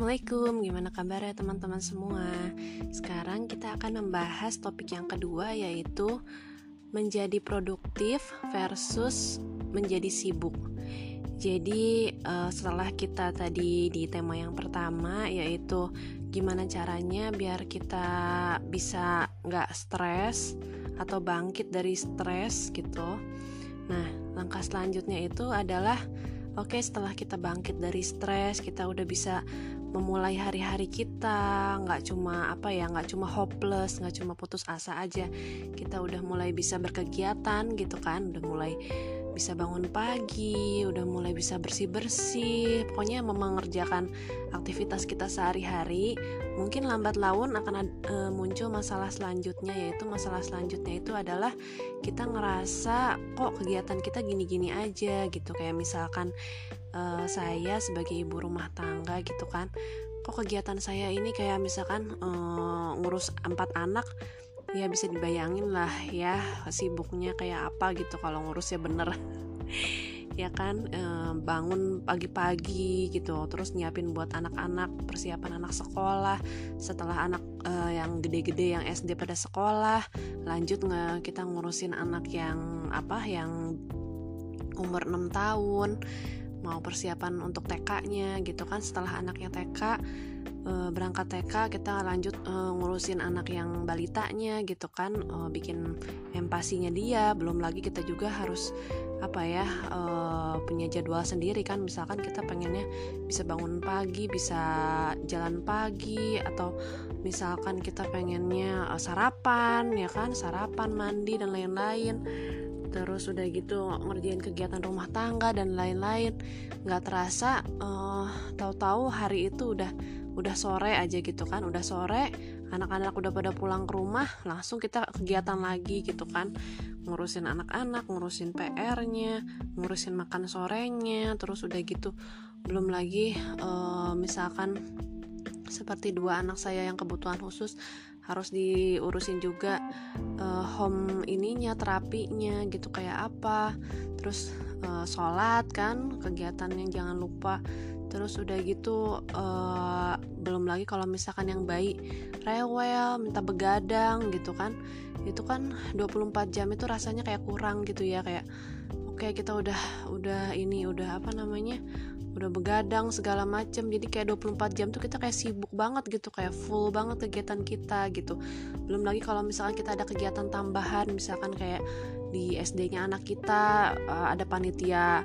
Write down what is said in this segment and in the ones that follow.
Assalamualaikum, gimana kabarnya teman-teman semua? Sekarang kita akan membahas topik yang kedua, yaitu menjadi produktif versus menjadi sibuk. Jadi setelah kita tadi di tema yang pertama, yaitu gimana caranya biar kita bisa gak stres atau bangkit dari stres gitu. Nah, langkah selanjutnya itu adalah setelah kita bangkit dari stres, kita udah bisa memulai hari-hari kita, nggak cuma hopeless, nggak cuma putus asa aja. Kita udah mulai bisa berkegiatan gitu kan, udah mulai bisa bangun pagi, udah mulai bisa bersih-bersih, pokoknya mengerjakan aktivitas kita sehari-hari. Mungkin lambat laun akan muncul masalah selanjutnya, yaitu masalah selanjutnya itu adalah kita ngerasa kok kegiatan kita gini-gini aja gitu. Kayak misalkan saya sebagai ibu rumah tangga gitu kan, kok kegiatan saya ini kayak misalkan ngurus 4 anak, ya bisa dibayangin lah ya sibuknya kayak apa gitu kalau ngurusnya bener. Ya kan, bangun pagi-pagi gitu, terus nyiapin buat anak-anak, persiapan anak sekolah. Setelah anak yang gede-gede yang SD pada sekolah, lanjut kita ngurusin anak yang umur 6 tahun, mau persiapan untuk TK-nya gitu kan. Setelah anaknya TK, berangkat TK, kita lanjut ngurusin anak yang balitanya gitu kan, bikin empasinya dia. Belum lagi kita juga harus punya jadwal sendiri kan. Misalkan kita pengennya bisa bangun pagi, bisa jalan pagi, atau misalkan kita pengennya sarapan ya kan, sarapan, mandi dan lain-lain. Terus udah gitu ngerjain kegiatan rumah tangga dan lain-lain. Nggak terasa tahu-tahu hari itu udah sore aja gitu kan. Udah sore, anak-anak udah pada pulang ke rumah, langsung kita kegiatan lagi gitu kan, ngurusin anak-anak, ngurusin PR-nya, ngurusin makan sorenya. Terus udah gitu belum lagi misalkan seperti 2 anak saya yang kebutuhan khusus, harus diurusin juga home ininya, terapinya gitu kayak apa. Terus sholat kan, kegiatannya jangan lupa. Terus udah gitu belum lagi kalau misalkan yang bayi rewel, minta begadang gitu kan, itu kan 24 jam itu rasanya kayak kurang gitu ya. Kayak kita udah begadang segala macem, jadi kayak 24 jam tuh kita kayak sibuk banget gitu, kayak full banget kegiatan kita gitu. Belum lagi kalau misalkan kita ada kegiatan tambahan, misalkan kayak di SD-nya anak kita ada panitia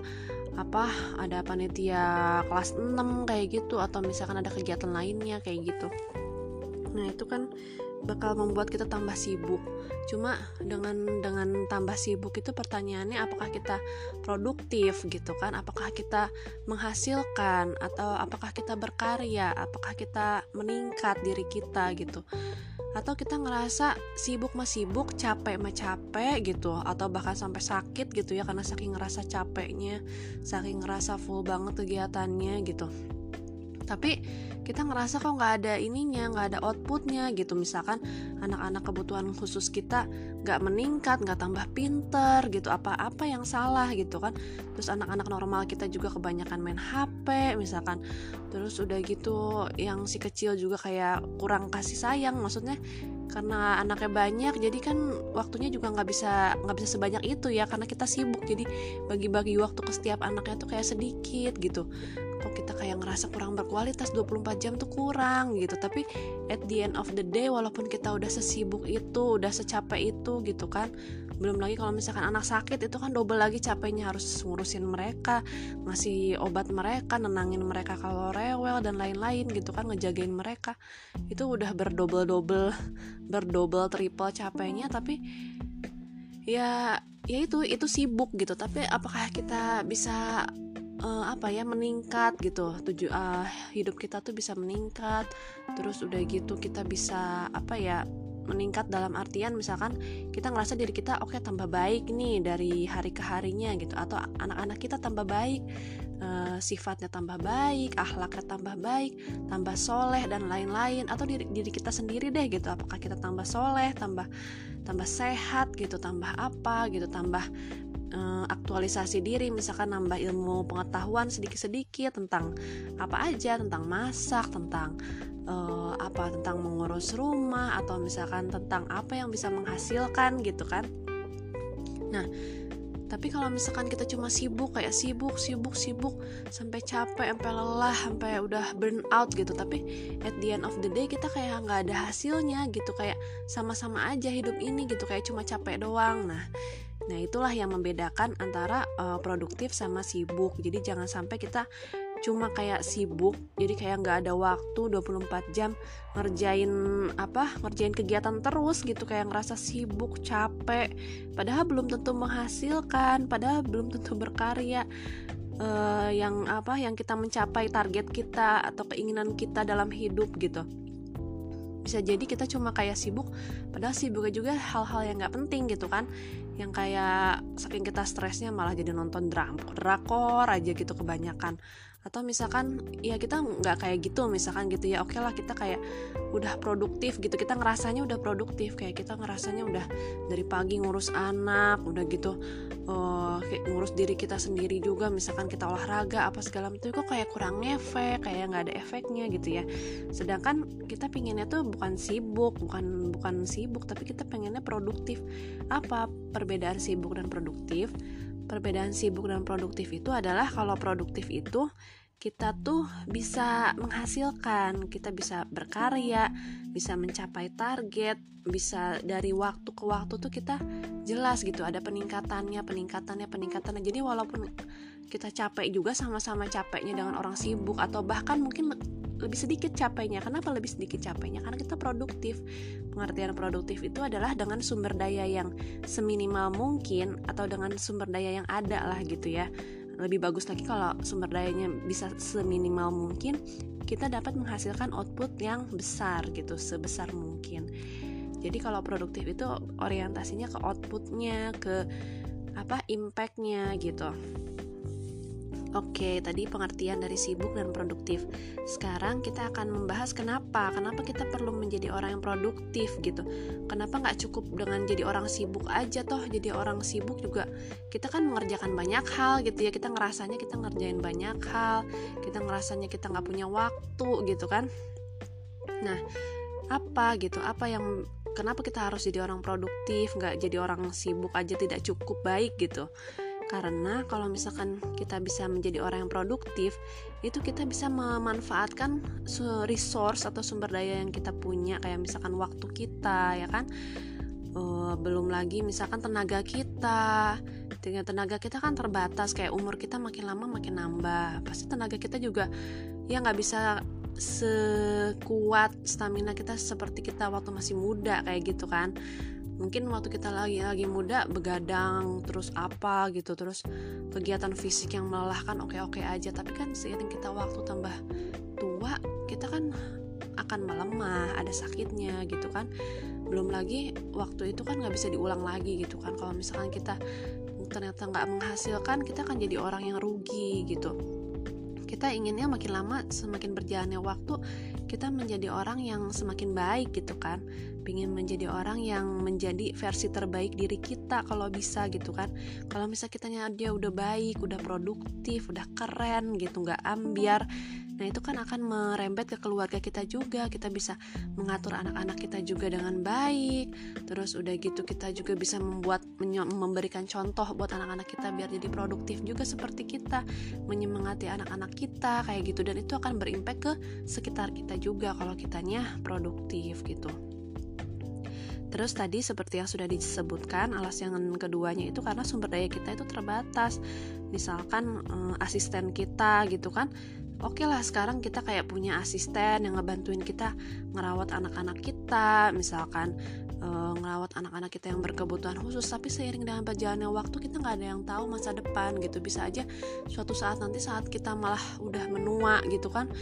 kelas 6 kayak gitu, atau misalkan ada kegiatan lainnya kayak gitu. Nah, itu kan bakal membuat kita tambah sibuk. Cuma dengan tambah sibuk itu pertanyaannya, apakah kita produktif gitu kan? Apakah kita menghasilkan, atau apakah kita berkarya? Apakah kita meningkat diri kita gitu? Atau kita ngerasa sibuk mah sibuk, capek mah capek gitu, atau bahkan sampai sakit gitu ya, karena saking ngerasa capeknya, saking ngerasa full banget kegiatannya gitu. Tapi kita ngerasa kok nggak ada ininya, nggak ada outputnya gitu. Misalkan anak-anak kebutuhan khusus kita nggak meningkat, nggak tambah pinter gitu, apa yang salah gitu kan. Terus anak-anak normal kita juga kebanyakan main HP misalkan. Terus udah gitu yang si kecil juga kayak kurang kasih sayang, maksudnya karena anaknya banyak, jadi kan waktunya juga nggak bisa sebanyak itu ya, karena kita sibuk. Jadi bagi-bagi waktu ke setiap anaknya tuh kayak sedikit gitu. Kok kita kayak ngerasa kurang berkualitas, 24 jam tuh kurang gitu. Tapi at the end of the day, walaupun kita udah sesibuk itu, udah secapek itu gitu kan, belum lagi kalau misalkan anak sakit, itu kan double lagi capeknya, harus ngurusin mereka, ngasih obat mereka, nenangin mereka kalau rewel dan lain-lain gitu kan, ngejagain mereka. Itu udah berdobel triple capeknya. Tapi ya itu sibuk gitu. Tapi apakah kita bisa meningkat gitu, hidup kita tuh bisa meningkat. Terus udah gitu kita bisa meningkat dalam artian misalkan kita ngerasa diri kita tambah baik nih dari hari ke harinya gitu, atau anak-anak kita tambah baik, sifatnya tambah baik, akhlaknya tambah baik, tambah soleh dan lain-lain. Atau diri kita sendiri deh gitu, apakah kita tambah soleh, tambah sehat gitu, tambah aktualisasi diri, misalkan nambah ilmu pengetahuan sedikit-sedikit tentang apa aja, tentang masak, tentang tentang mengurus rumah, atau misalkan tentang apa yang bisa menghasilkan gitu kan. Nah, tapi kalau misalkan kita cuma sibuk sampai capek, sampai lelah, sampai udah burn out gitu, tapi at the end of the day kita kayak nggak ada hasilnya gitu, kayak sama-sama aja hidup ini gitu, kayak cuma capek doang. Nah itulah yang membedakan antara produktif sama sibuk. Jadi jangan sampai kita cuma kayak sibuk, jadi kayak nggak ada waktu 24 jam ngerjain kegiatan terus gitu, kayak ngerasa sibuk, capek, padahal belum tentu menghasilkan, padahal belum tentu berkarya yang kita mencapai target kita atau keinginan kita dalam hidup gitu. Bisa jadi kita cuma kayak sibuk, padahal sibuknya juga hal-hal yang nggak penting gitu kan, yang kayak saking kita stresnya malah jadi nonton drakor aja gitu kebanyakan. Atau misalkan ya kita nggak kayak gitu, misalkan gitu ya, oke lah kita kayak udah produktif gitu, kita ngerasanya udah produktif, kayak kita ngerasanya udah dari pagi ngurus anak, udah gitu kayak ngurus diri kita sendiri juga, misalkan kita olahraga apa segala macam, kok kayak kurang efek, kayak nggak ada efeknya gitu ya. Sedangkan kita pinginnya tuh bukan sibuk, tapi kita pengennya produktif. Apa perbedaan sibuk dan produktif? Perbedaan sibuk dan produktif itu adalah kalau produktif itu kita tuh bisa menghasilkan, kita bisa berkarya, bisa mencapai target, bisa dari waktu ke waktu tuh kita jelas gitu, ada peningkatannya. Jadi walaupun kita capek juga, sama-sama capeknya dengan orang sibuk, atau bahkan mungkin lebih sedikit capeknya. Kenapa lebih sedikit capeknya? Karena kita produktif. Pengertian produktif itu adalah dengan sumber daya yang seminimal mungkin, atau dengan sumber daya yang ada lah gitu ya. Lebih bagus lagi kalau sumber dayanya bisa seminimal mungkin, kita dapat menghasilkan output yang besar gitu, sebesar mungkin. Jadi kalau produktif itu orientasinya ke outputnya, ke impactnya gitu. Oke, tadi pengertian dari sibuk dan produktif. Sekarang kita akan membahas kenapa kita perlu menjadi orang yang produktif gitu. Kenapa nggak cukup dengan jadi orang sibuk aja, toh jadi orang sibuk juga kita kan mengerjakan banyak hal gitu ya. Kita ngerasanya kita ngerjain banyak hal, kita ngerasanya kita nggak punya waktu gitu kan. Nah, kenapa kita harus jadi orang produktif, nggak jadi orang sibuk aja tidak cukup baik gitu. Karena kalau misalkan kita bisa menjadi orang yang produktif, itu kita bisa memanfaatkan resource atau sumber daya yang kita punya, kayak misalkan waktu kita ya kan, belum lagi misalkan tenaga kita kan terbatas, kayak umur kita makin lama makin nambah, pasti tenaga kita juga ya nggak bisa sekuat stamina kita seperti kita waktu masih muda kayak gitu kan. Mungkin waktu kita lagi muda begadang terus terus kegiatan fisik yang melelahkan oke aja, tapi kan seiring kita waktu tambah tua, kita kan akan melemah, ada sakitnya gitu kan. Belum lagi waktu itu kan nggak bisa diulang lagi gitu kan. Kalau misalkan kita ternyata nggak menghasilkan, kita akan jadi orang yang rugi gitu. Kita inginnya makin lama, semakin berjalannya waktu, kita menjadi orang yang semakin baik gitu kan. Pengen menjadi orang yang menjadi versi terbaik diri kita kalau bisa gitu kan. Kalau misalnya kitanya dia udah baik, udah produktif, udah keren gitu, gak ambiar, nah itu kan akan merembet ke keluarga kita juga. Kita bisa mengatur anak-anak kita juga dengan baik. Terus udah gitu kita juga bisa memberikan contoh buat anak-anak kita biar jadi produktif juga seperti kita, menyemangati anak-anak kita kayak gitu. Dan itu akan berimpact ke sekitar kita juga kalau kitanya produktif gitu. Terus tadi seperti yang sudah disebutkan, alasan keduanya itu karena sumber daya kita itu terbatas. Misalkan asisten kita gitu kan, oke lah sekarang kita kayak punya asisten yang ngebantuin kita ngerawat anak-anak kita, misalkan ngerawat anak-anak kita yang berkebutuhan khusus. Tapi seiring dengan berjalannya waktu, kita nggak ada yang tahu masa depan gitu. Bisa aja suatu saat nanti saat kita malah udah menua gitu kan,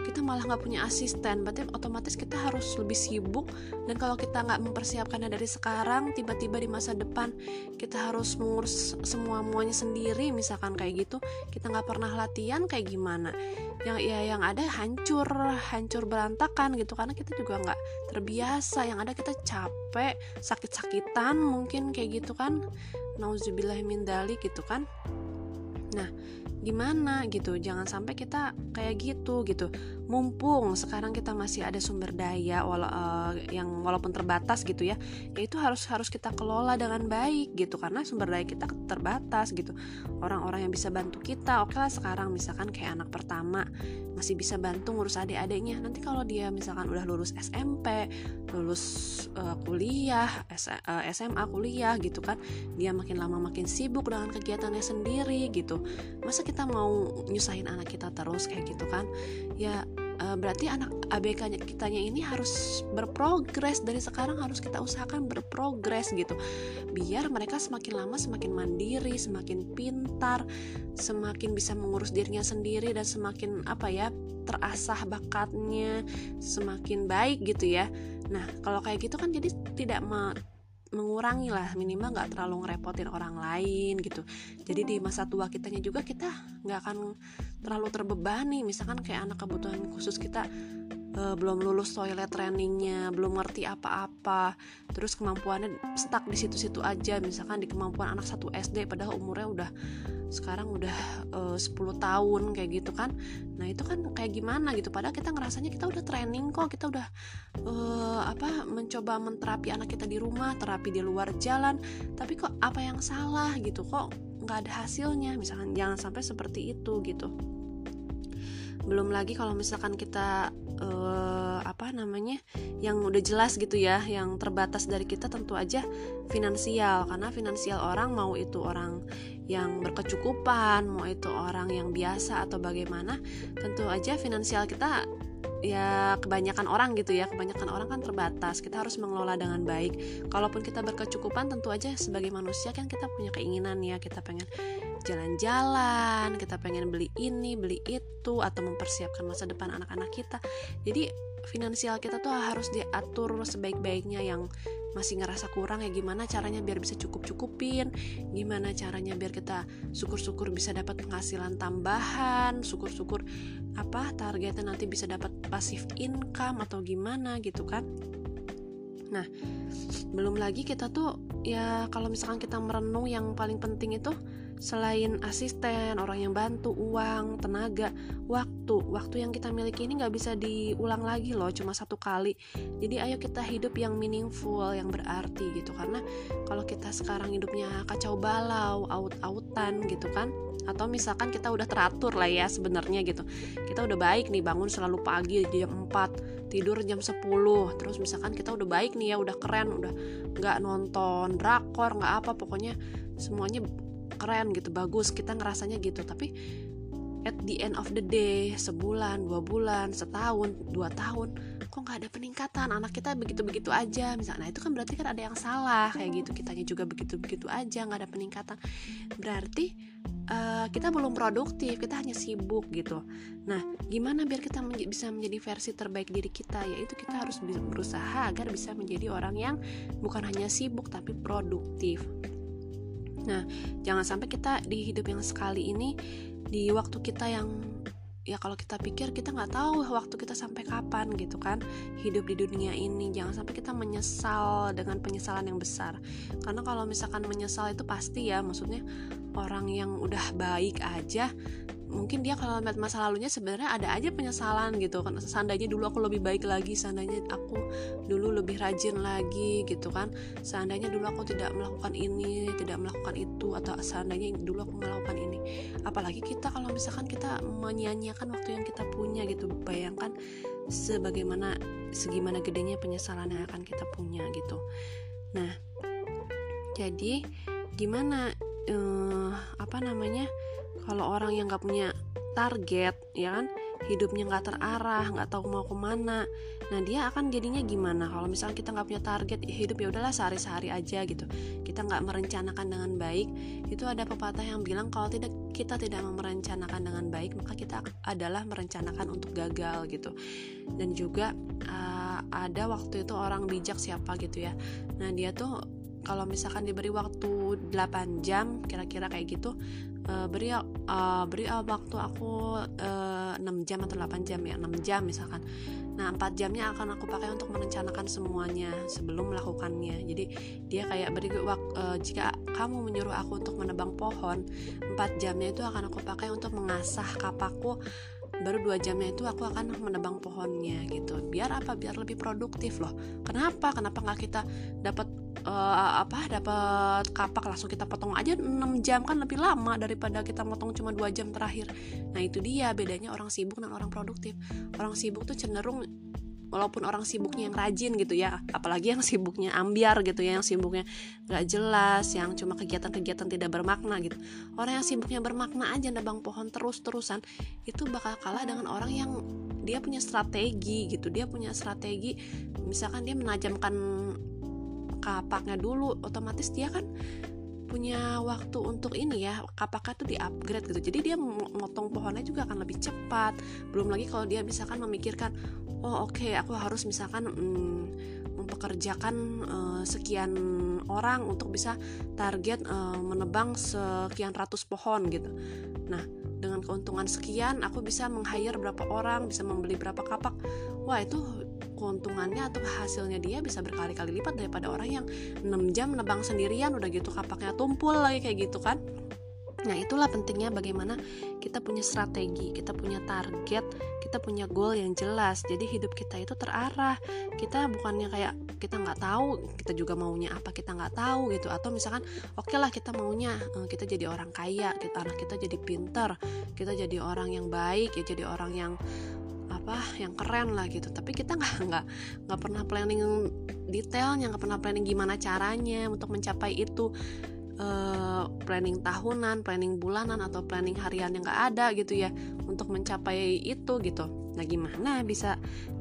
kita malah nggak punya asisten, berarti otomatis kita harus lebih sibuk. Dan kalau kita nggak mempersiapkannya dari sekarang, tiba-tiba di masa depan kita harus mengurus semuanya sendiri, misalkan kayak gitu, kita nggak pernah latihan, kayak gimana? Yang ada hancur berantakan gitu, karena kita juga nggak terbiasa. Yang ada kita capek, sakit-sakitan mungkin kayak gitu kan, nauzubillah min dzalik gitu kan. Nah, gimana gitu, jangan sampai kita kayak gitu. Mumpung sekarang kita masih ada sumber daya yang walaupun terbatas gitu ya, itu harus kita kelola dengan baik gitu, karena sumber daya kita terbatas gitu. Orang-orang yang bisa bantu kita, oke lah sekarang misalkan kayak anak pertama masih bisa bantu ngurus adik-adiknya. Nanti kalau dia misalkan udah lulus SMP, lulus kuliah, SMA, kuliah gitu kan, dia makin lama makin sibuk dengan kegiatannya sendiri gitu. Masa kita mau nyusahin anak kita terus kayak gitu kan? Ya berarti anak ABK kitanya ini harus berprogres. Dari sekarang harus kita usahakan berprogres gitu, biar mereka semakin lama semakin mandiri, semakin pintar, semakin bisa mengurus dirinya sendiri, dan semakin terasah bakatnya, semakin baik gitu ya. Nah kalau kayak gitu kan jadi tidak mengurangi lah, minimal nggak terlalu ngerepotin orang lain gitu. Jadi di masa tua kitanya juga kita nggak akan terlalu terbebani. Misalkan kayak anak kebutuhan khusus kita belum lulus toilet trainingnya, belum ngerti apa-apa, terus kemampuannya stuck di situ-situ aja, misalkan di kemampuan anak 1 SD padahal umurnya sekarang udah 10 tahun kayak gitu kan. Nah itu kan kayak gimana gitu, padahal kita ngerasanya kita udah training kok, kita udah mencoba menterapi anak kita di rumah, terapi di luar jalan, tapi kok apa yang salah gitu, kok nggak ada hasilnya. Misalkan jangan sampai seperti itu gitu. Belum lagi kalau misalkan kita yang udah jelas gitu ya, yang terbatas dari kita tentu aja finansial. Karena finansial orang, mau itu orang yang berkecukupan, mau itu orang yang biasa atau bagaimana, tentu aja finansial kita ya kebanyakan orang kan terbatas. Kita harus mengelola dengan baik. Kalaupun kita berkecukupan, tentu aja sebagai manusia kan kita punya keinginan ya, kita pengen jalan-jalan, kita pengen beli ini, beli itu, atau mempersiapkan masa depan anak-anak kita. Jadi finansial kita tuh harus diatur sebaik-baiknya. Yang masih ngerasa kurang ya gimana caranya biar bisa cukup-cukupin, gimana caranya biar kita syukur-syukur bisa dapat penghasilan tambahan, syukur-syukur targetnya nanti bisa dapat passive income atau gimana gitu kan. Nah belum lagi kita tuh ya, kalau misalkan kita merenung, yang paling penting itu selain asisten, orang yang bantu, uang, tenaga, waktu yang kita miliki ini nggak bisa diulang lagi loh, cuma satu kali. Jadi ayo kita hidup yang meaningful, yang berarti gitu. Karena kalau kita sekarang hidupnya kacau balau, out-outan gitu kan, atau misalkan kita udah teratur lah ya sebenarnya gitu, kita udah baik nih, bangun selalu pagi jam 4, tidur jam 10, terus misalkan kita udah baik nih ya, udah keren, udah nggak nonton drakor, nggak apa, pokoknya semuanya keren gitu, bagus, kita ngerasanya gitu. Tapi at the end of the day, sebulan, 2 bulan, setahun, 2 tahun, kok nggak ada peningkatan, anak kita begitu-begitu aja misalnya. Nah itu kan berarti kan ada yang salah kayak gitu, kitanya juga begitu-begitu aja, nggak ada peningkatan, berarti kita belum produktif, kita hanya sibuk gitu. Nah gimana biar kita bisa menjadi versi terbaik diri kita? Yaitu kita harus berusaha agar bisa menjadi orang yang bukan hanya sibuk tapi produktif. Nah, jangan sampai kita di hidup yang sekali ini, di waktu kita yang ya kalau kita pikir kita nggak tahu waktu kita sampai kapan gitu kan, hidup di dunia ini. Jangan sampai kita menyesal dengan penyesalan yang besar. Karena kalau misalkan menyesal itu pasti ya, maksudnya orang yang udah baik aja, mungkin dia kalau lihat masa lalunya sebenarnya ada aja penyesalan gitu kan. Seandainya dulu aku lebih baik lagi, seandainya aku dulu lebih rajin lagi gitu kan, seandainya dulu aku tidak melakukan ini, tidak melakukan itu, atau seandainya dulu aku melakukan ini. Apalagi kita kalau misalkan kita menyia-nyiakan waktu yang kita punya gitu. Bayangkan segimana gedenya penyesalan yang akan kita punya gitu. Nah jadi gimana kalau orang yang gak punya target ya kan, hidupnya nggak terarah, nggak tahu mau kemana. Nah dia akan jadinya gimana kalau misalnya kita nggak punya target hidup, ya udahlah sehari-sehari aja gitu, kita nggak merencanakan dengan baik. Itu ada pepatah yang bilang kalau kita tidak merencanakan dengan baik, maka kita adalah merencanakan untuk gagal gitu. Dan juga ada waktu itu orang bijak siapa gitu ya, nah dia tuh kalau misalkan diberi waktu 8 jam kira-kira kayak gitu, beri waktu aku 6 jam atau 8 jam ya, 6 jam misalkan. Nah 4 jamnya akan aku pakai untuk merencanakan semuanya sebelum melakukannya. Jadi dia kayak beri jika kamu menyuruh aku untuk menebang pohon, 4 jamnya itu akan aku pakai untuk mengasah kapakku, baru 2 jamnya itu aku akan menebang pohonnya gitu. Biar apa? Biar lebih produktif loh. Kenapa nggak kita dapat dapat kapak langsung kita potong aja 6 jam, kan lebih lama daripada kita potong cuma 2 jam terakhir. Nah itu dia bedanya orang sibuk dan orang produktif. Orang sibuk tuh cenderung, walaupun orang sibuknya yang rajin gitu ya, apalagi yang sibuknya ambiar gitu ya, yang sibuknya gak jelas, yang cuma kegiatan-kegiatan tidak bermakna gitu. Orang yang sibuknya bermakna aja nebang pohon terus-terusan, itu bakal kalah dengan orang yang dia punya strategi gitu. Dia punya strategi, misalkan dia menajamkan kapaknya dulu, otomatis dia kan punya waktu untuk ini ya, kapaknya tuh di upgrade gitu. Jadi dia motong pohonnya juga akan lebih cepat. Belum lagi kalau dia misalkan memikirkan, oke, aku harus misalkan mempekerjakan sekian orang untuk bisa target menebang sekian ratus pohon gitu. Nah dengan keuntungan sekian aku bisa meng-hire berapa orang, bisa membeli berapa kapak. Wah itu keuntungannya atau hasilnya dia bisa berkali-kali lipat daripada orang yang 6 jam nebang sendirian, udah gitu kapaknya tumpul lagi kayak gitu kan. Nah itulah pentingnya bagaimana kita punya strategi, kita punya target, kita punya goal yang jelas. Jadi hidup kita itu terarah. Kita bukannya kayak kita nggak tahu kita juga maunya apa, kita nggak tahu gitu. Atau misalkan oke lah kita maunya kita jadi orang kaya, anak kita jadi pinter, kita jadi orang yang baik ya, jadi orang yang yang keren lah gitu. Tapi kita nggak pernah planning detailnya, nggak pernah planning gimana caranya untuk mencapai itu. Planning tahunan, planning bulanan, atau planning harian yang nggak ada gitu ya untuk mencapai itu gitu. Nah gimana bisa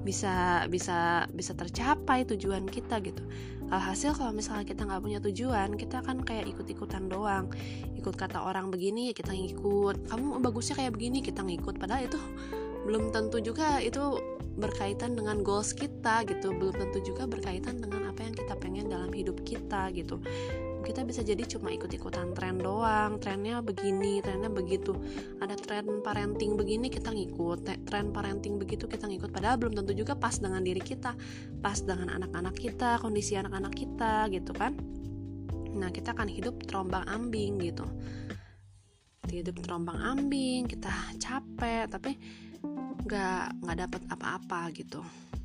tercapai tujuan kita gitu. Alhasil kalau misalnya kita nggak punya tujuan, kita kan kayak ikut-ikutan doang, ikut kata orang begini ya kita ngikut, kamu bagusnya kayak begini kita ngikut, padahal itu belum tentu juga itu berkaitan dengan goals kita gitu, belum tentu juga berkaitan dengan apa yang kita pengen dalam hidup kita gitu. Kita bisa jadi cuma ikut-ikutan tren doang, trennya begini, trennya begitu. Ada tren parenting begini kita ngikut, tren parenting begitu kita ngikut, padahal belum tentu juga pas dengan diri kita, pas dengan anak-anak kita, kondisi anak-anak kita gitu kan. Nah kita akan hidup terombang-ambing gitu, hidup terombang-ambing, kita capek tapi nggak dapat apa-apa gitu.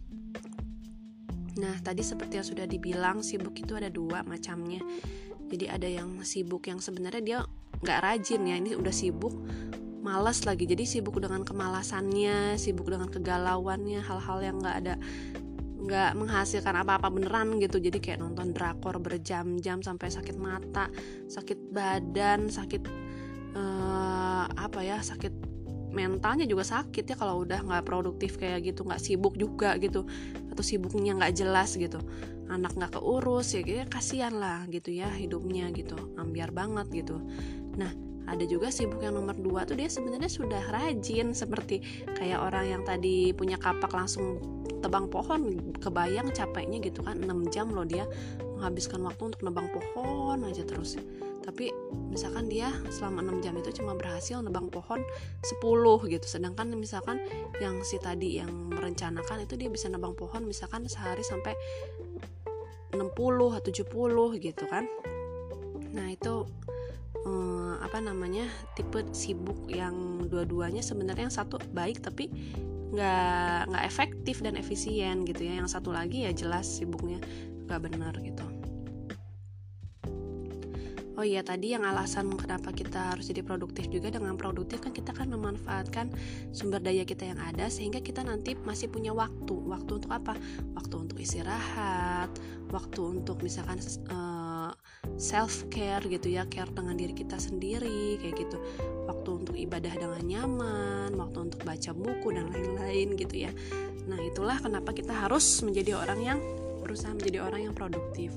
Nah tadi seperti yang sudah dibilang, sibuk itu ada 2 macamnya. Jadi ada yang sibuk yang sebenarnya dia nggak rajin ya, ini udah sibuk malas lagi, jadi sibuk dengan kemalasannya, sibuk dengan kegalauannya, hal-hal yang nggak menghasilkan apa-apa beneran gitu. Jadi kayak nonton drakor berjam-jam sampai sakit mata, sakit badan, sakit sakit mentalnya juga sakit ya kalau udah nggak produktif kayak gitu, nggak sibuk juga gitu, atau sibuknya nggak jelas gitu, anak nggak keurus ya, kayak kasihan lah gitu ya hidupnya gitu, ambiar banget gitu. Nah ada juga sibuk yang nomor 2 tuh dia sebenarnya sudah rajin, seperti kayak orang yang tadi punya kapak langsung tebang pohon, kebayang capeknya gitu kan, 6 jam loh dia menghabiskan waktu untuk nebang pohon aja terus. Tapi misalkan dia selama 6 jam itu cuma berhasil nebang pohon 10 gitu. Sedangkan misalkan yang si tadi yang merencanakan itu dia bisa nebang pohon misalkan sehari sampai 60 atau 70 gitu kan. Nah itu tipe sibuk yang dua-duanya sebenarnya yang satu baik tapi nggak efektif dan efisien gitu ya. Yang satu lagi ya jelas sibuknya nggak benar gitu. Oh iya tadi yang alasan kenapa kita harus jadi produktif juga, dengan produktif kan kita kan memanfaatkan sumber daya kita yang ada sehingga kita nanti masih punya waktu untuk apa? Waktu untuk istirahat, waktu untuk misalkan self care gitu ya, care dengan diri kita sendiri kayak gitu, waktu untuk ibadah dengan nyaman, waktu untuk baca buku dan lain-lain gitu ya. Nah itulah kenapa kita harus menjadi orang yang berusaha menjadi orang yang produktif.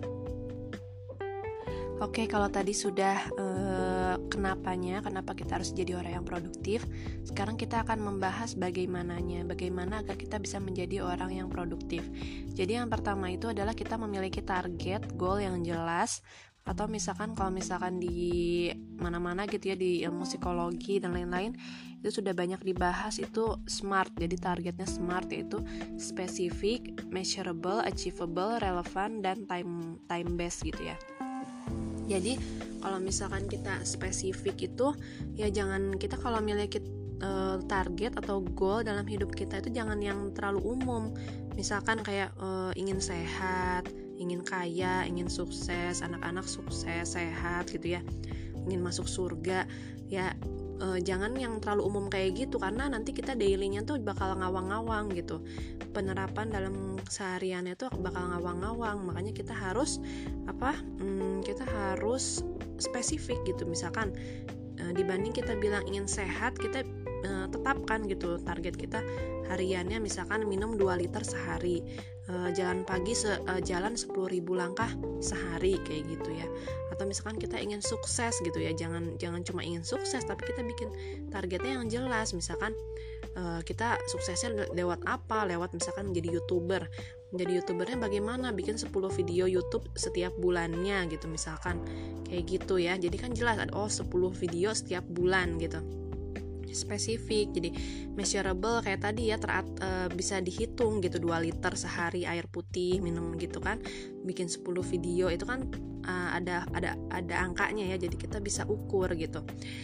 Oke, kalau tadi sudah kenapa kita harus jadi orang yang produktif. Sekarang kita akan membahas bagaimana agar kita bisa menjadi orang yang produktif. Jadi yang pertama itu adalah kita memiliki target, goal yang jelas. Atau kalau misalkan di mana-mana gitu ya, di ilmu psikologi dan lain-lain, itu sudah banyak dibahas itu SMART. Jadi targetnya SMART, yaitu specific, measurable, achievable, relevant, dan time based gitu ya. Jadi kalau misalkan kita spesifik itu ya, jangan kita kalau memiliki target atau goal dalam hidup kita itu jangan yang terlalu umum. Misalkan kayak ingin sehat, ingin kaya, ingin sukses, anak-anak sukses, sehat gitu ya, ingin masuk surga ya. Jangan yang terlalu umum kayak gitu, karena nanti kita dailynya tuh bakal ngawang-ngawang gitu, penerapan dalam sehariannya tuh bakal ngawang-ngawang. Makanya kita harus kita harus spesifik gitu. Misalkan dibanding kita bilang ingin sehat, kita tetapkan gitu target kita hariannya, misalkan minum 2 liter sehari, jalan pagi jalan 10.000 langkah sehari kayak gitu ya. Atau misalkan kita ingin sukses gitu ya, jangan cuma ingin sukses, tapi kita bikin targetnya yang jelas. Misalkan kita suksesnya lewat apa, lewat misalkan menjadi youtubernya bagaimana, bikin 10 video YouTube setiap bulannya gitu misalkan kayak gitu ya. Jadi kan jelas ada 10 video setiap bulan gitu, spesifik. Jadi measurable kayak tadi ya, bisa dihitung gitu, 2 liter sehari air putih minum gitu kan, bikin 10 video itu kan ada angkanya ya, jadi kita bisa ukur gitu.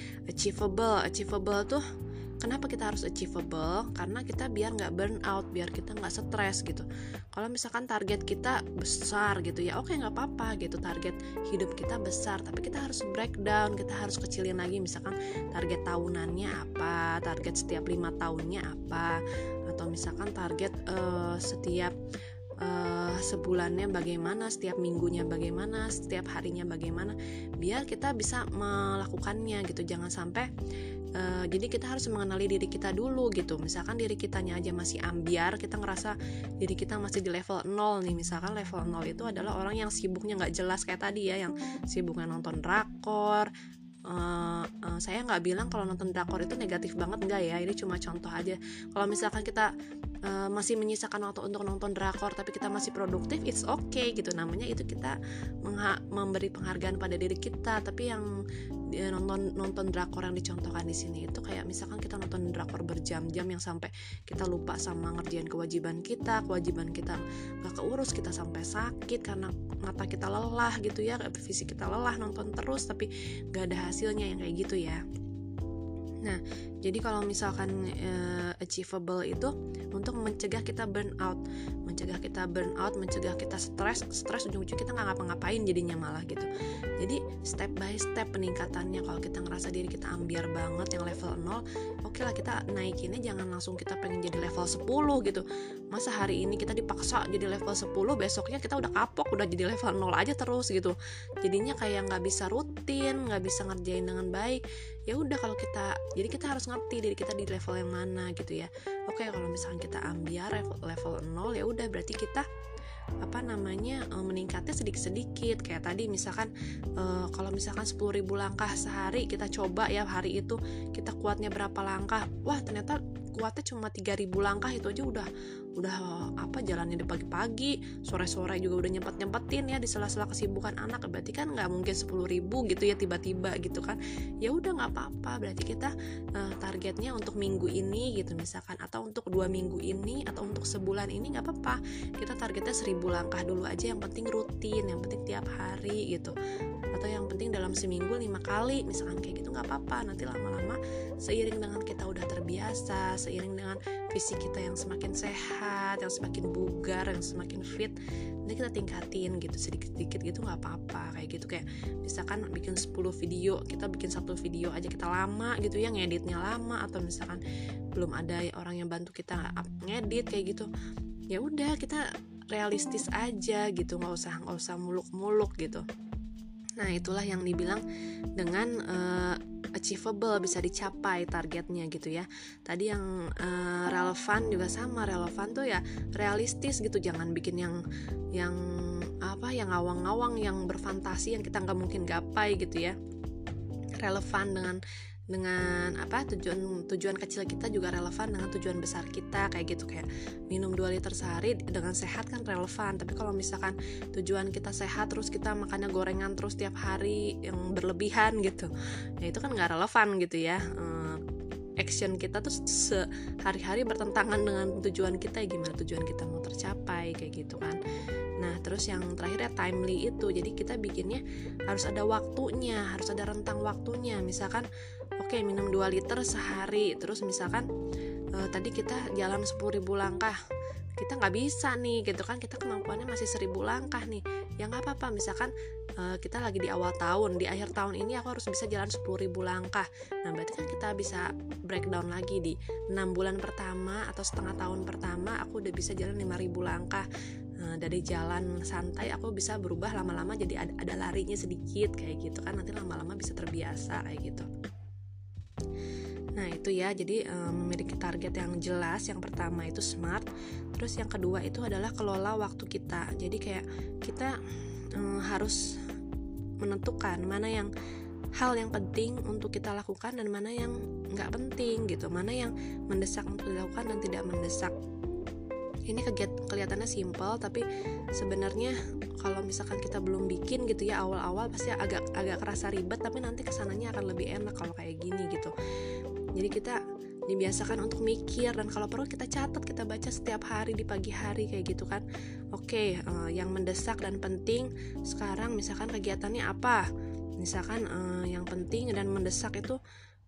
Achievable tuh kenapa kita harus achievable? Karena kita biar nggak burn out, biar kita nggak stres gitu. Kalau misalkan target kita besar gitu ya, oke, nggak apa-apa gitu, target hidup kita besar, tapi kita harus breakdown, kita harus kecilin lagi. Misalkan target tahunannya apa, target setiap 5 tahunnya apa, atau misalkan target setiap sebulannya bagaimana, setiap minggunya bagaimana, setiap harinya bagaimana, biar kita bisa melakukannya gitu. Jangan sampai jadi kita harus mengenali diri kita dulu gitu. Misalkan diri kitanya aja masih ambiar, kita ngerasa diri kita masih di level 0 nih. Misalkan level 0 itu adalah orang yang sibuknya gak jelas kayak tadi ya, yang sibuknya nonton drakor. Saya nggak bilang kalau nonton drakor itu negatif banget, enggak ya, ini cuma contoh aja. Kalau misalkan kita masih menyisakan waktu untuk nonton drakor tapi kita masih produktif, it's okay gitu, namanya itu kita memberi penghargaan pada diri kita. Tapi yang nonton drakor yang dicontohkan di sini itu kayak misalkan kita nonton drakor berjam-jam yang sampai kita lupa sama ngerjain kewajiban kita nggak keurus, kita sampai sakit karena mata kita lelah gitu ya, fisik kita lelah nonton terus tapi nggak ada hasilnya yang kayak gitu ya. Nah, jadi kalau misalkan achievable itu untuk mencegah kita burn out, mencegah kita stres ujung-ujung kita nggak ngapa-ngapain jadinya malah gitu. Jadi step by step peningkatannya. Kalau kita ngerasa diri kita ambiar banget yang level 0, oke lah kita naikinnya, jangan langsung kita pengen jadi level 10 gitu. Masa hari ini kita dipaksa jadi level 10, besoknya kita udah kapok, udah jadi level 0 aja terus gitu. Jadinya kayak nggak bisa rutin, nggak bisa ngerjain dengan baik. Ya udah, kalau jadi kita harus ngerti diri kita di level yang mana gitu ya. Oke, kalau misalkan kita ambiar level 0, ya udah berarti kita meningkatnya sedikit-sedikit. Kayak tadi misalkan kalau misalkan 10.000 langkah sehari, kita coba ya hari itu kita kuatnya berapa langkah. Wah, ternyata kuatnya cuma 3.000 langkah, itu aja udah jalannya di pagi-pagi, sore-sore juga udah nyempetin ya di sela-sela kesibukan anak. Berarti kan nggak mungkin 10.000 gitu ya tiba-tiba gitu kan. Ya udah, nggak apa-apa, berarti kita targetnya untuk minggu ini gitu misalkan, atau untuk 2 minggu ini, atau untuk sebulan ini, nggak apa-apa, kita targetnya 1.000 langkah dulu aja. Yang penting rutin, yang penting tiap hari gitu, atau yang penting dalam seminggu 5 kali misalkan kayak gitu, nggak apa-apa. Nanti lama-lama seiring dengan kita udah terbiasa, seiring dengan fisik kita yang semakin sehat, yang semakin bugar, yang semakin fit, nanti kita tingkatin gitu sedikit-sedikit gitu, nggak apa-apa kayak gitu. Kayak misalkan bikin 10 video, kita bikin 1 video aja kita lama gitu ya, ngeditnya lama, atau misalkan belum ada orang yang bantu kita ngedit kayak gitu, ya udah kita realistis aja gitu, nggak usah muluk-muluk gitu. Nah, itulah yang dibilang dengan achievable, bisa dicapai targetnya gitu ya. Tadi yang relevan juga sama, relevan tuh ya realistis gitu, jangan bikin yang yang ngawang-ngawang, yang berfantasi, yang kita nggak mungkin gapai gitu ya. Relevan dengan tujuan kecil kita juga relevan dengan tujuan besar kita, kayak gitu. Kayak minum 2 liter sehari dengan sehat kan relevan, tapi kalau misalkan tujuan kita sehat terus kita makannya gorengan terus tiap hari yang berlebihan gitu, ya itu kan nggak relevan gitu ya. Action kita tuh sehari-hari bertentangan dengan tujuan kita, gimana tujuan kita mau tercapai, kayak gitu kan. Nah, terus yang terakhir ya timely itu. Jadi kita bikinnya harus ada waktunya, harus ada rentang waktunya. Misalkan minum 2 liter sehari. Terus misalkan tadi kita jalan 10.000 langkah. Kita nggak bisa nih gitu kan, kita kemampuannya masih 1.000 langkah nih. Ya nggak apa-apa, misalkan kita lagi di awal tahun, di akhir tahun ini aku harus bisa jalan 10.000 langkah. Nah, berarti kan kita bisa breakdown lagi di 6 bulan pertama atau setengah tahun pertama aku udah bisa jalan 5.000 langkah. Dari jalan santai aku bisa berubah lama-lama jadi ada larinya sedikit, kayak gitu kan, nanti lama-lama bisa terbiasa kayak gitu. Nah, itu ya, jadi memiliki target yang jelas. Yang pertama itu SMART. Terus yang kedua itu adalah kelola waktu kita. Jadi kayak kita harus menentukan mana yang hal yang penting untuk kita lakukan dan mana yang nggak penting gitu, mana yang mendesak untuk dilakukan dan tidak mendesak. Ini kelihatannya simpel, tapi sebenarnya kalau misalkan kita belum bikin gitu ya, awal-awal pasti agak kerasa ribet, tapi nanti kesananya akan lebih enak kalau kayak gini gitu. Jadi kita dibiasakan untuk mikir, dan kalau perlu kita catat, kita baca setiap hari di pagi hari kayak gitu kan. Yang mendesak dan penting sekarang misalkan kegiatannya apa. Misalkan yang penting dan mendesak itu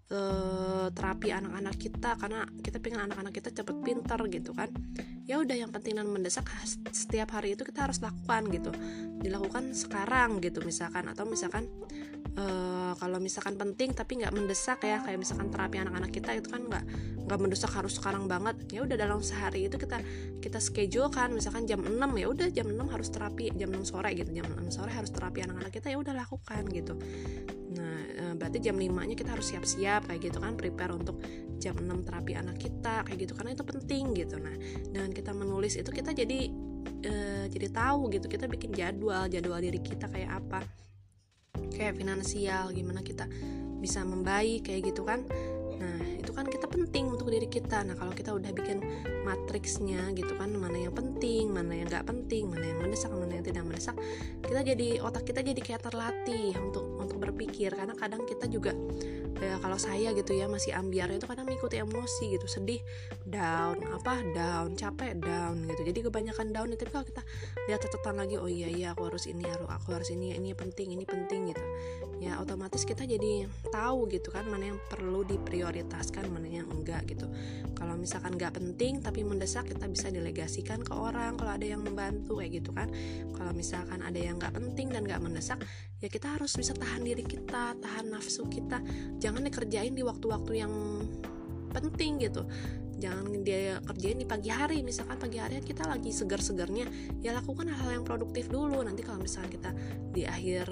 terapi anak-anak kita, karena kita pengen anak-anak kita cepet pintar gitu kan. Ya udah, yang penting dan mendesak setiap hari itu kita harus lakukan gitu, dilakukan sekarang gitu misalkan. Atau misalkan kalau misalkan penting tapi nggak mendesak ya, kayak misalkan terapi anak-anak kita itu kan nggak mendesak harus sekarang banget. Ya udah, dalam sehari itu kita schedule kan, misalkan jam 6, ya udah jam 6 harus terapi, jam 6 sore gitu, jam 6 sore harus terapi anak-anak kita, ya udah lakukan gitu. Nah, berarti jam 5-nya kita harus siap-siap kayak gitu kan, prepare untuk jam 6 terapi anak kita kayak gitu, karena itu penting gitu. Nah, dengan kita menulis itu kita jadi tahu gitu, kita bikin jadwal diri kita kayak apa, kayak finansial gimana kita bisa membaik kayak gitu kan. Nah, itu kan kita penting untuk diri kita. Nah, kalau kita udah bikin matriksnya gitu kan, mana yang penting, mana yang nggak penting, mana yang mendesak, mana yang tidak mendesak, otak kita jadi kayak terlatih untuk berpikir. Karena kadang kita juga kalau saya gitu ya, masih ambiar itu kadang mengikuti emosi gitu, sedih down, capek down gitu. Jadi kebanyakan down itu, kalau kita lihat catatan lagi, oh iya aku harus ini penting gitu. Ya otomatis kita jadi tahu gitu kan, mana yang perlu diprioritaskan, mana yang enggak gitu. Kalau misalkan enggak penting tapi mendesak, kita bisa delegasikan ke orang kalau ada yang membantu kayak gitu kan. Kalau misalkan ada yang enggak penting dan enggak mendesak, ya kita harus bisa tahan diri kita, tahan nafsu kita. Jangan dikerjain di waktu-waktu yang penting gitu. Jangan dia kerjain di pagi hari. Misalkan pagi hari kita lagi segar-segarnya, ya lakukan hal-hal yang produktif dulu. Nanti kalau misalkan kita di akhir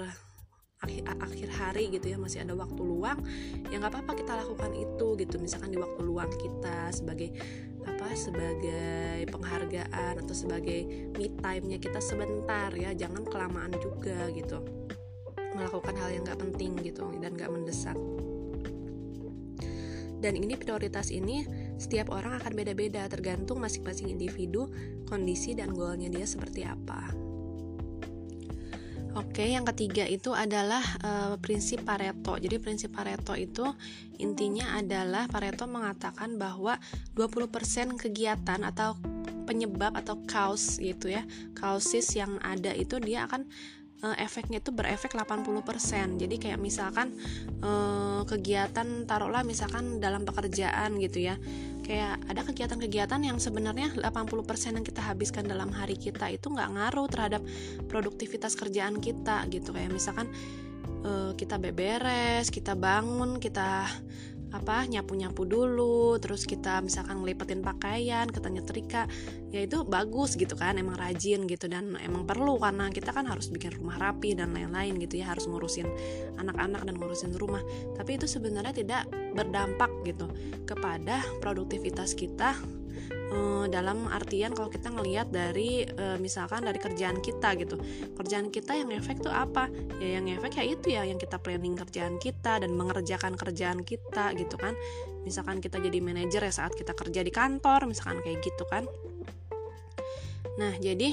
hari gitu ya, masih ada waktu luang, ya nggak apa-apa kita lakukan itu gitu. Misalkan di waktu luang kita sebagai penghargaan atau sebagai me time-nya kita sebentar ya, jangan kelamaan juga gitu melakukan hal yang nggak penting gitu dan nggak mendesak. Dan ini prioritas ini setiap orang akan beda-beda, tergantung masing-masing individu, kondisi dan goalnya dia seperti apa. Yang ketiga itu adalah prinsip Pareto. Jadi prinsip Pareto itu intinya adalah Pareto mengatakan bahwa 20% kegiatan atau penyebab atau cause gitu ya, causes yang ada itu dia akan efeknya itu berefek 80%. Jadi kayak misalkan kegiatan, taruhlah misalkan dalam pekerjaan gitu ya, kayak ada kegiatan-kegiatan yang sebenarnya 80% yang kita habiskan dalam hari kita itu nggak ngaruh terhadap produktivitas kerjaan kita gitu. Kayak misalkan kita beberes, kita bangun, kita nyapu-nyapu dulu, terus kita misalkan ngelipetin pakaian, kita nyetrika, ya itu bagus gitu kan, emang rajin gitu, dan emang perlu karena kita kan harus bikin rumah rapi dan lain-lain gitu ya, harus ngurusin anak-anak dan ngurusin rumah. Tapi itu sebenarnya tidak berdampak gitu kepada produktivitas kita, dalam artian kalau kita ngelihat dari misalkan dari kerjaan kita gitu, kerjaan kita yang efek tuh apa ya, yang efek ya itu ya yang kita planning kerjaan kita dan mengerjakan kerjaan kita gitu kan. Misalkan kita jadi manajer ya saat kita kerja di kantor misalkan kayak gitu kan. Nah jadi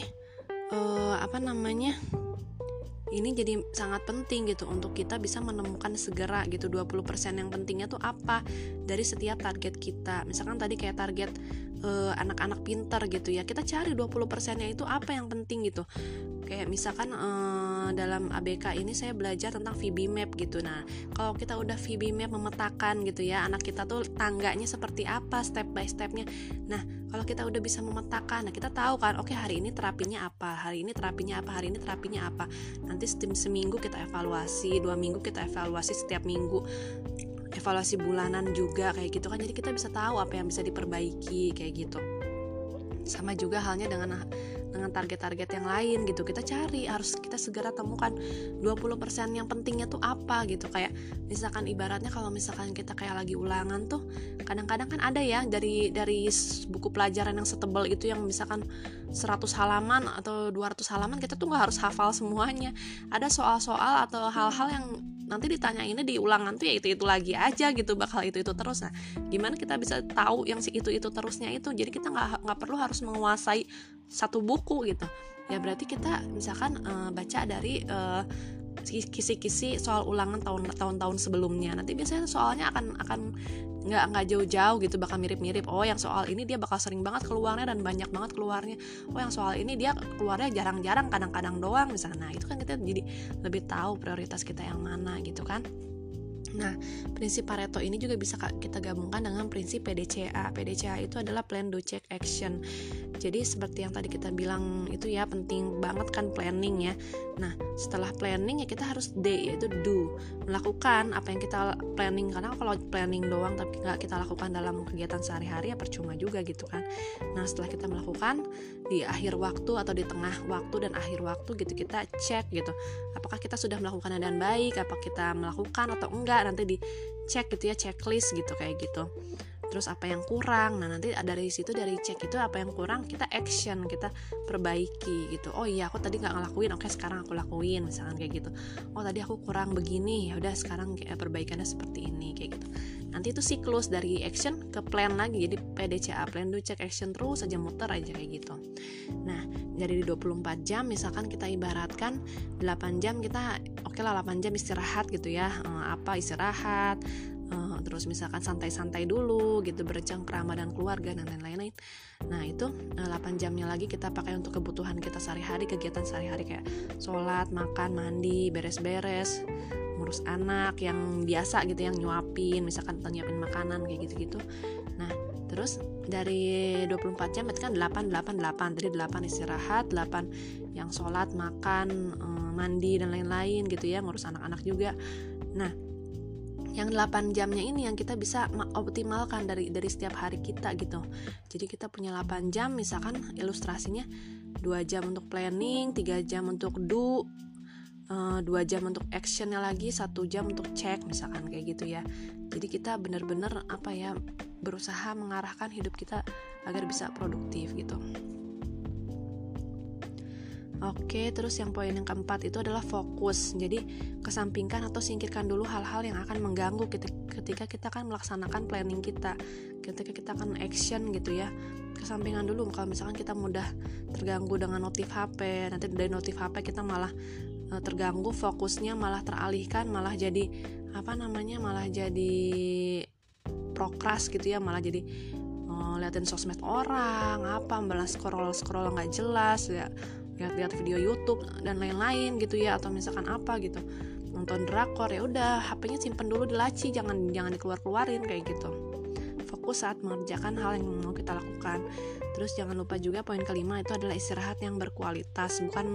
ini jadi sangat penting gitu untuk kita bisa menemukan segera gitu 20% yang pentingnya tuh apa dari setiap target kita. Misalkan tadi kayak target anak-anak pintar gitu ya, kita cari 20%-nya itu apa yang penting gitu. Kayak misalkan dalam ABK ini saya belajar tentang VB Map gitu. Nah kalau kita udah VB Map memetakan gitu ya, anak kita tuh tangganya seperti apa step by stepnya. Nah kalau kita udah bisa memetakan, nah kita tahu kan, oke, hari ini terapinya apa, hari ini terapinya apa, hari ini terapinya apa. Nanti seminggu kita evaluasi, 2 minggu kita evaluasi, setiap minggu evaluasi bulanan juga kayak gitu kan. Jadi kita bisa tahu apa yang bisa diperbaiki kayak gitu. Sama juga halnya dengan target-target yang lain gitu. Kita cari, harus kita segera temukan 20% yang pentingnya tuh apa gitu. Kayak misalkan ibaratnya kalau misalkan kita kayak lagi ulangan tuh, kadang-kadang kan ada ya dari buku pelajaran yang setebal itu, yang misalkan 100 halaman atau 200 halaman, kita tuh gak harus hafal semuanya. Ada soal-soal atau hal-hal yang nanti ditanyainnya di ulangan tuh ya itu lagi aja gitu, bakal itu terus. Nah gimana kita bisa tahu yang si itu terusnya itu? Jadi kita nggak perlu harus menguasai satu buku gitu ya. Berarti kita misalkan baca dari kisi-kisi soal ulangan tahun-tahun sebelumnya. Nanti biasanya soalnya akan nggak jauh-jauh gitu, bakal mirip-mirip. Oh yang soal ini dia bakal sering banget keluarnya dan banyak banget keluarnya. Oh yang soal ini dia keluarnya jarang-jarang, kadang-kadang doang misalnya. Nah itu kan kita jadi lebih tahu prioritas kita yang mana gitu kan. Nah, prinsip Pareto ini juga bisa kita gabungkan dengan prinsip PDCA. PDCA itu adalah Plan, Do, Check, Action. Jadi seperti yang tadi kita bilang itu ya, penting banget kan planning ya. Nah, setelah planning ya kita harus D, yaitu do, melakukan apa yang kita planning. Karena kalau planning doang tapi nggak kita lakukan dalam kegiatan sehari-hari ya percuma juga gitu kan. Nah, setelah kita melakukan di akhir waktu atau di tengah waktu dan akhir waktu gitu, kita cek gitu, apakah kita sudah melakukannya dengan baik, apa kita melakukan atau enggak, nanti dicek gitu ya, checklist gitu kayak gitu. Terus apa yang kurang, nah nanti dari situ, dari cek itu apa yang kurang kita action, kita perbaiki gitu. Oh iya aku tadi nggak ngelakuin, oke sekarang aku lakuin misalkan kayak gitu. Oh tadi aku kurang begini, ya udah sekarang perbaikannya seperti ini kayak gitu. Nanti itu siklus dari action ke plan lagi, jadi PDCA, Plan, Do, Check, Action, terus aja muter aja kayak gitu. Nah dari 24 jam misalkan kita ibaratkan 8 jam kita oke lah 8 jam istirahat gitu ya, istirahat, terus misalkan santai-santai dulu gitu, bercengkrama dan keluarga dan lain-lain. Nah itu 8 jamnya lagi kita pakai untuk kebutuhan kita sehari-hari, kegiatan sehari-hari kayak sholat, makan, mandi, beres-beres, ngurus anak yang biasa gitu, yang nyuapin, misalkan nyuapin makanan kayak gitu-gitu. Nah terus dari 24 jam berarti kan 8. Jadi 8 istirahat, 8 yang sholat, makan, mandi dan lain-lain gitu ya, ngurus anak-anak juga. Nah yang 8 jamnya ini yang kita bisa optimalkan dari setiap hari kita gitu. Jadi kita punya 8 jam, misalkan ilustrasinya 2 jam untuk planning, 3 jam untuk do, 2 jam untuk actionnya lagi, 1 jam untuk check misalkan kayak gitu ya. Jadi kita benar-benar berusaha mengarahkan hidup kita agar bisa produktif gitu. Oke, terus yang poin yang keempat itu adalah fokus. Jadi kesampingkan atau singkirkan dulu hal-hal yang akan mengganggu ketika kita kan melaksanakan planning kita, ketika kita akan action gitu ya. Kesampingkan dulu. Kalau misalkan kita mudah terganggu dengan notif HP, nanti dari notif HP kita malah terganggu, fokusnya malah teralihkan, malah jadi malah jadi prokras gitu ya, malah jadi liatin sosmed orang, malah scroll nggak jelas ya, lihat video YouTube dan lain-lain gitu ya, atau misalkan gitu, nonton drakor, ya udah HP-nya simpen dulu di laci, jangan dikeluarin kayak gitu. Fokus saat mengerjakan hal yang mau kita lakukan. Terus jangan lupa juga poin kelima itu adalah istirahat yang berkualitas, bukan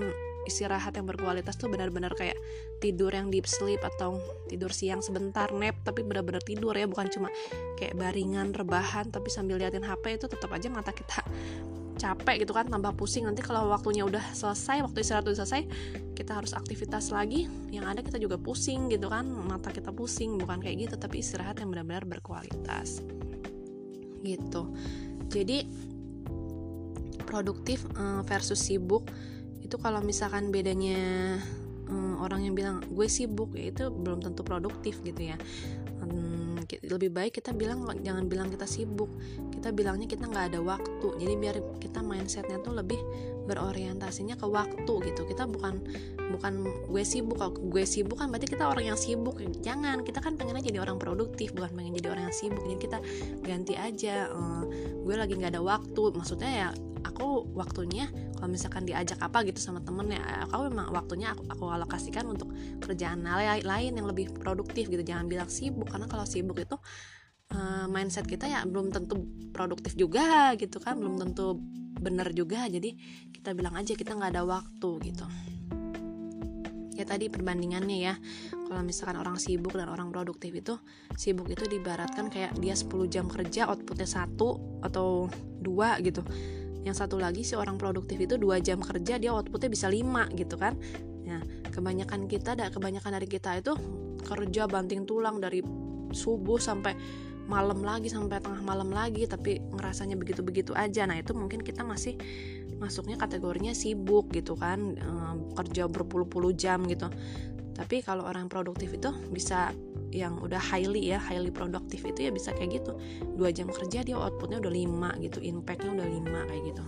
istirahat yang berkualitas tuh benar-benar kayak tidur yang deep sleep atau tidur siang sebentar, nap, tapi benar-benar tidur ya, bukan cuma kayak baringan rebahan tapi sambil liatin HP. Itu tetap aja mata kita capek gitu kan, tambah pusing. Nanti kalau waktunya udah selesai, waktu istirahat udah selesai, kita harus aktivitas lagi, yang ada kita juga pusing gitu kan, mata kita pusing. Bukan kayak gitu, tapi istirahat yang benar-benar berkualitas gitu. Jadi produktif versus sibuk itu kalau misalkan bedanya, orang yang bilang gue sibuk ya itu belum tentu produktif gitu ya. Lebih baik kita jangan bilang kita sibuk, kita bilangnya kita nggak ada waktu. Jadi biar kita mindsetnya tuh lebih berorientasinya ke waktu gitu. Kita bukan gue sibuk. Kalau gue sibuk kan berarti kita orang yang sibuk. Jangan, kita kan pengennya jadi orang produktif, bukan pengen jadi orang yang sibuk. Jadi kita ganti aja, gue lagi nggak ada waktu, maksudnya ya aku waktunya kalau misalkan diajak apa gitu sama temen ya, aku memang waktunya aku alokasikan untuk kerjaan lain yang lebih produktif gitu. Jangan bilang sibuk, karena kalau sibuk itu mindset kita ya belum tentu produktif juga gitu kan, belum tentu bener juga. Jadi kita bilang aja kita nggak ada waktu gitu. Ya tadi perbandingannya ya, kalau misalkan orang sibuk dan orang produktif itu, sibuk itu diibaratkan kayak dia 10 jam kerja outputnya 1 atau 2 gitu. Yang satu lagi si orang produktif itu 2 jam kerja dia outputnya bisa 5 gitu kan. Nah kebanyakan dari kita itu kerja banting tulang dari subuh sampai malam lagi, sampai tengah malam lagi, tapi ngerasanya begitu-begitu aja. Nah itu mungkin kita masih masuknya kategorinya sibuk gitu kan, kerja berpuluh-puluh jam gitu. Tapi kalau orang produktif itu bisa, yang udah highly produktif itu ya bisa kayak gitu, 2 jam kerja dia outputnya udah 5 gitu, impactnya udah 5 kayak gitu.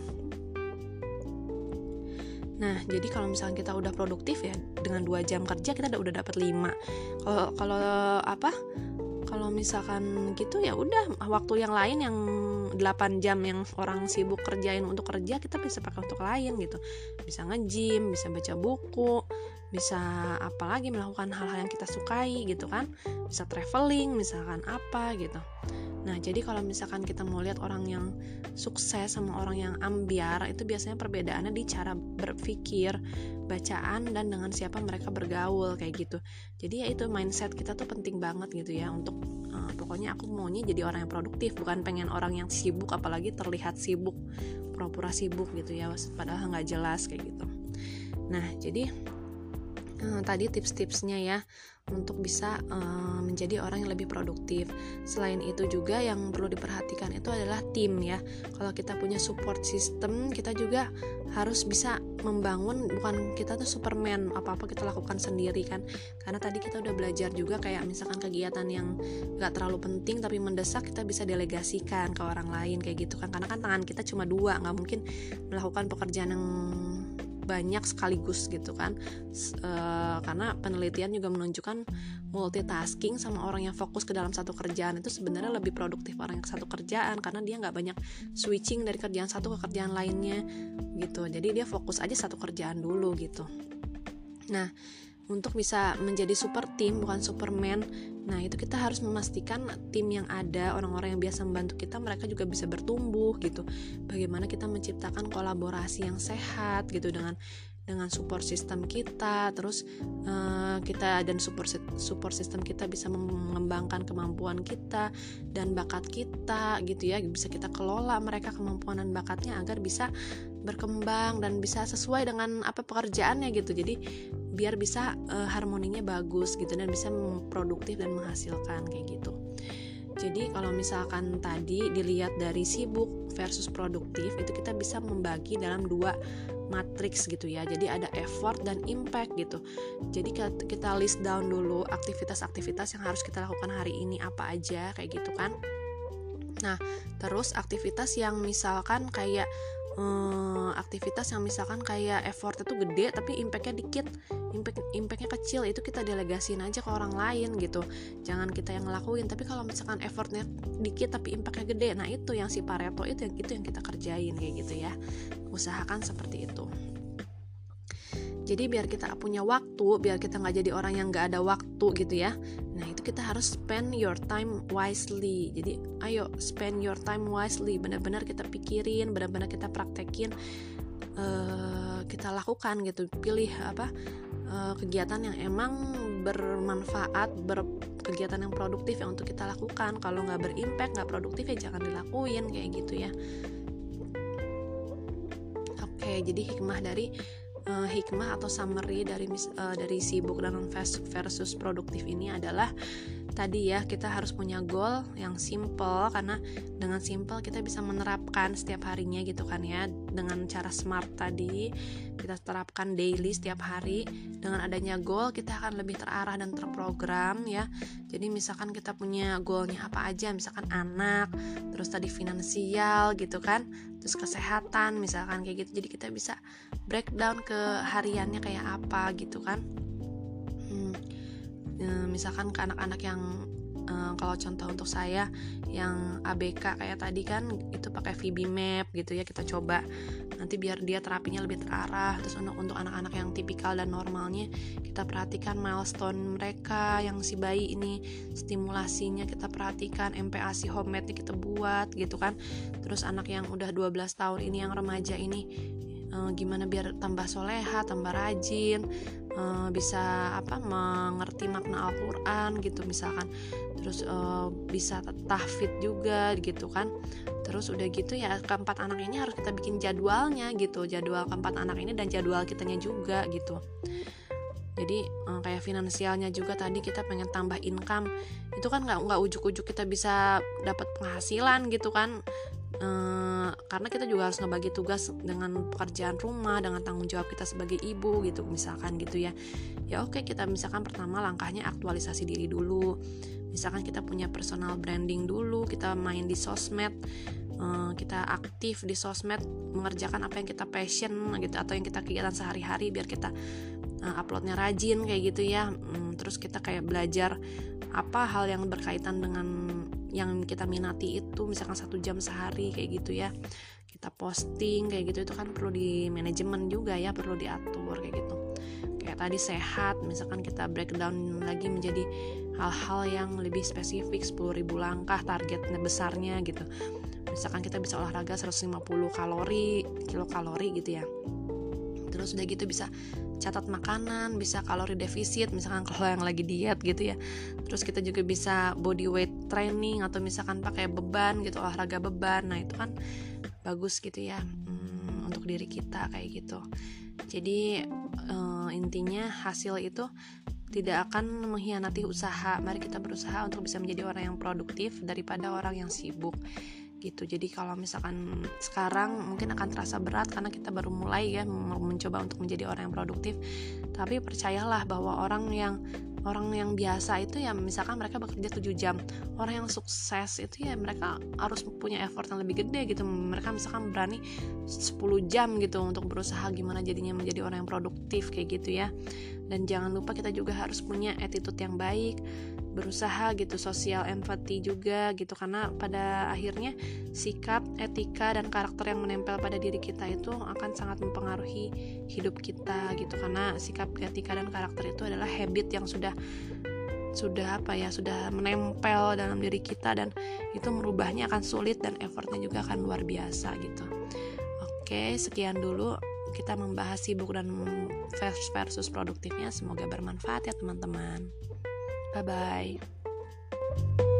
Nah jadi kalau misalnya kita udah produktif ya, dengan 2 jam kerja kita udah dapat 5. Kalau misalkan gitu ya udah, waktu yang lain yang 8 jam yang orang sibuk kerjain untuk kerja, kita bisa pakai untuk lain gitu. Bisa nge-gym, bisa baca buku, bisa apalagi melakukan hal-hal yang kita sukai gitu kan. Bisa traveling misalkan apa gitu. Nah jadi kalau misalkan kita mau lihat orang yang sukses sama orang yang ambiar, itu biasanya perbedaannya di cara berpikir, bacaan, dan dengan siapa mereka bergaul kayak gitu. Jadi ya itu, mindset kita tuh penting banget gitu ya, untuk pokoknya aku maunya jadi orang yang produktif, bukan pengen orang yang sibuk, apalagi terlihat sibuk, pura-pura sibuk gitu ya, padahal nggak jelas kayak gitu. Nah jadi tadi tips-tipsnya ya untuk bisa menjadi orang yang lebih produktif. Selain itu juga yang perlu diperhatikan itu adalah tim ya. Kalau kita punya support system, kita juga harus bisa membangun, bukan kita tuh Superman, apa-apa kita lakukan sendiri kan. Karena tadi kita udah belajar juga kayak misalkan kegiatan yang gak terlalu penting tapi mendesak, kita bisa delegasikan ke orang lain kayak gitu kan. Karena kan tangan kita cuma 2, gak mungkin melakukan pekerjaan yang banyak sekaligus gitu kan. Karena penelitian juga menunjukkan multitasking sama orang yang fokus ke dalam satu kerjaan itu sebenarnya lebih produktif orang yang satu kerjaan, karena dia nggak banyak switching dari kerjaan satu ke kerjaan lainnya gitu. Jadi dia fokus aja satu kerjaan dulu gitu. Nah untuk bisa menjadi super team, bukan Superman, nah itu kita harus memastikan tim yang ada, orang-orang yang biasa membantu kita, mereka juga bisa bertumbuh gitu. Bagaimana kita menciptakan kolaborasi yang sehat gitu dengan support system kita, terus kita dan support system kita bisa mengembangkan kemampuan kita dan bakat kita gitu ya, bisa kita kelola mereka kemampuan dan bakatnya agar bisa berkembang dan bisa sesuai dengan apa pekerjaannya gitu. Jadi biar bisa harmoninya bagus gitu dan bisa produktif dan menghasilkan kayak gitu. Jadi kalau misalkan tadi dilihat dari sibuk versus produktif, itu kita bisa membagi dalam 2 matriks gitu ya. Jadi ada effort dan impact gitu. Jadi kita list down dulu aktivitas-aktivitas yang harus kita lakukan hari ini apa aja kayak gitu kan. Nah terus aktivitas yang misalkan kayak effortnya tuh gede tapi impactnya dikit, impactnya kecil, itu kita delegasiin aja ke orang lain gitu. Jangan kita yang ngelakuin. Tapi kalau misalkan effortnya dikit tapi impactnya gede, nah itu yang si Pareto itu yang kita kerjain kayak gitu ya. Usahakan seperti itu. Jadi biar kita punya waktu, biar kita gak jadi orang yang gak ada waktu gitu ya. Nah itu kita harus spend your time wisely. Jadi ayo spend your time wisely, benar-benar kita pikirin, benar-benar kita praktekin kita lakukan gitu. Pilih kegiatan yang emang bermanfaat, kegiatan yang produktif yang untuk kita lakukan. Kalau nggak berimpact, nggak produktif ya jangan dilakuin kayak gitu ya. Oke, jadi hikmah atau summary dari sibuk dan versus produktif ini adalah tadi ya, kita harus punya goal yang simple, karena dengan simple kita bisa menerapkan setiap harinya gitu kan ya. Dengan cara smart tadi kita terapkan daily setiap hari. Dengan adanya goal kita akan lebih terarah dan terprogram ya. Jadi misalkan kita punya goalnya apa aja, misalkan anak, terus tadi finansial gitu kan, terus kesehatan misalkan kayak gitu. Jadi kita bisa breakdown ke hariannya kayak apa gitu kan. Misalkan ke anak-anak yang kalau contoh untuk saya yang ABK kayak tadi kan, itu pakai VB Map gitu ya, kita coba nanti biar dia terapinya lebih terarah. Terus untuk anak-anak yang tipikal dan normalnya, kita perhatikan milestone mereka, yang si bayi ini stimulasinya kita perhatikan, MPASI homemade kita buat gitu kan. Terus anak yang udah 12 tahun ini, yang remaja ini, gimana biar tambah soleha, tambah rajin, bisa mengerti makna Al-Quran gitu misalkan. Terus bisa tahfidz juga gitu kan. Terus udah gitu ya, keempat anak ini harus kita bikin jadwalnya gitu, jadwal keempat anak ini dan jadwal kitanya juga gitu. Jadi kayak finansialnya juga tadi, kita pengen tambah income, itu kan nggak ujuk-ujuk kita bisa dapat penghasilan gitu kan. Karena kita juga harus ngebagi tugas dengan pekerjaan rumah, dengan tanggung jawab kita sebagai ibu gitu misalkan gitu ya. Ya oke, kita misalkan pertama langkahnya aktualisasi diri dulu. Misalkan kita punya personal branding dulu, kita main di sosmed, kita aktif di sosmed, mengerjakan apa yang kita passion gitu, atau yang kita kegiatan sehari-hari, biar kita uploadnya rajin kayak gitu ya. Terus kita kayak belajar apa hal yang berkaitan dengan yang kita minati itu, misalkan 1 jam sehari kayak gitu ya, kita posting kayak gitu. Itu kan perlu di manajemen juga ya, perlu diatur kayak gitu. Kayak tadi sehat, misalkan kita breakdown lagi menjadi hal-hal yang lebih spesifik, 10.000 langkah targetnya besarnya gitu. Misalkan kita bisa olahraga 150 kilokalori gitu ya. Terus udah gitu bisa catat makanan, bisa kalori defisit misalkan kalau yang lagi diet gitu ya. Terus kita juga bisa body weight training, atau misalkan pakai beban gitu, olahraga beban. Nah itu kan bagus gitu ya, untuk diri kita kayak gitu. Jadi intinya hasil itu tidak akan mengkhianati usaha. Mari kita berusaha untuk bisa menjadi orang yang produktif daripada orang yang sibuk gitu. Jadi kalau misalkan sekarang mungkin akan terasa berat karena kita baru mulai ya mencoba untuk menjadi orang yang produktif, tapi percayalah bahwa orang yang biasa itu ya, misalkan mereka bekerja 7 jam, orang yang sukses itu ya mereka harus punya effort yang lebih gede gitu. Mereka misalkan berani 10 jam gitu untuk berusaha gimana jadinya menjadi orang yang produktif kayak gitu ya. Dan jangan lupa kita juga harus punya attitude yang baik, berusaha gitu, social empathy juga gitu, karena pada akhirnya sikap, etika, dan karakter yang menempel pada diri kita itu akan sangat mempengaruhi hidup kita gitu. Karena sikap, etika, dan karakter itu adalah habit yang sudah menempel dalam diri kita, dan itu merubahnya akan sulit dan effortnya juga akan luar biasa gitu. Oke, sekian dulu kita membahas sibuk dan versus produktifnya. Semoga bermanfaat ya teman-teman. Bye-bye.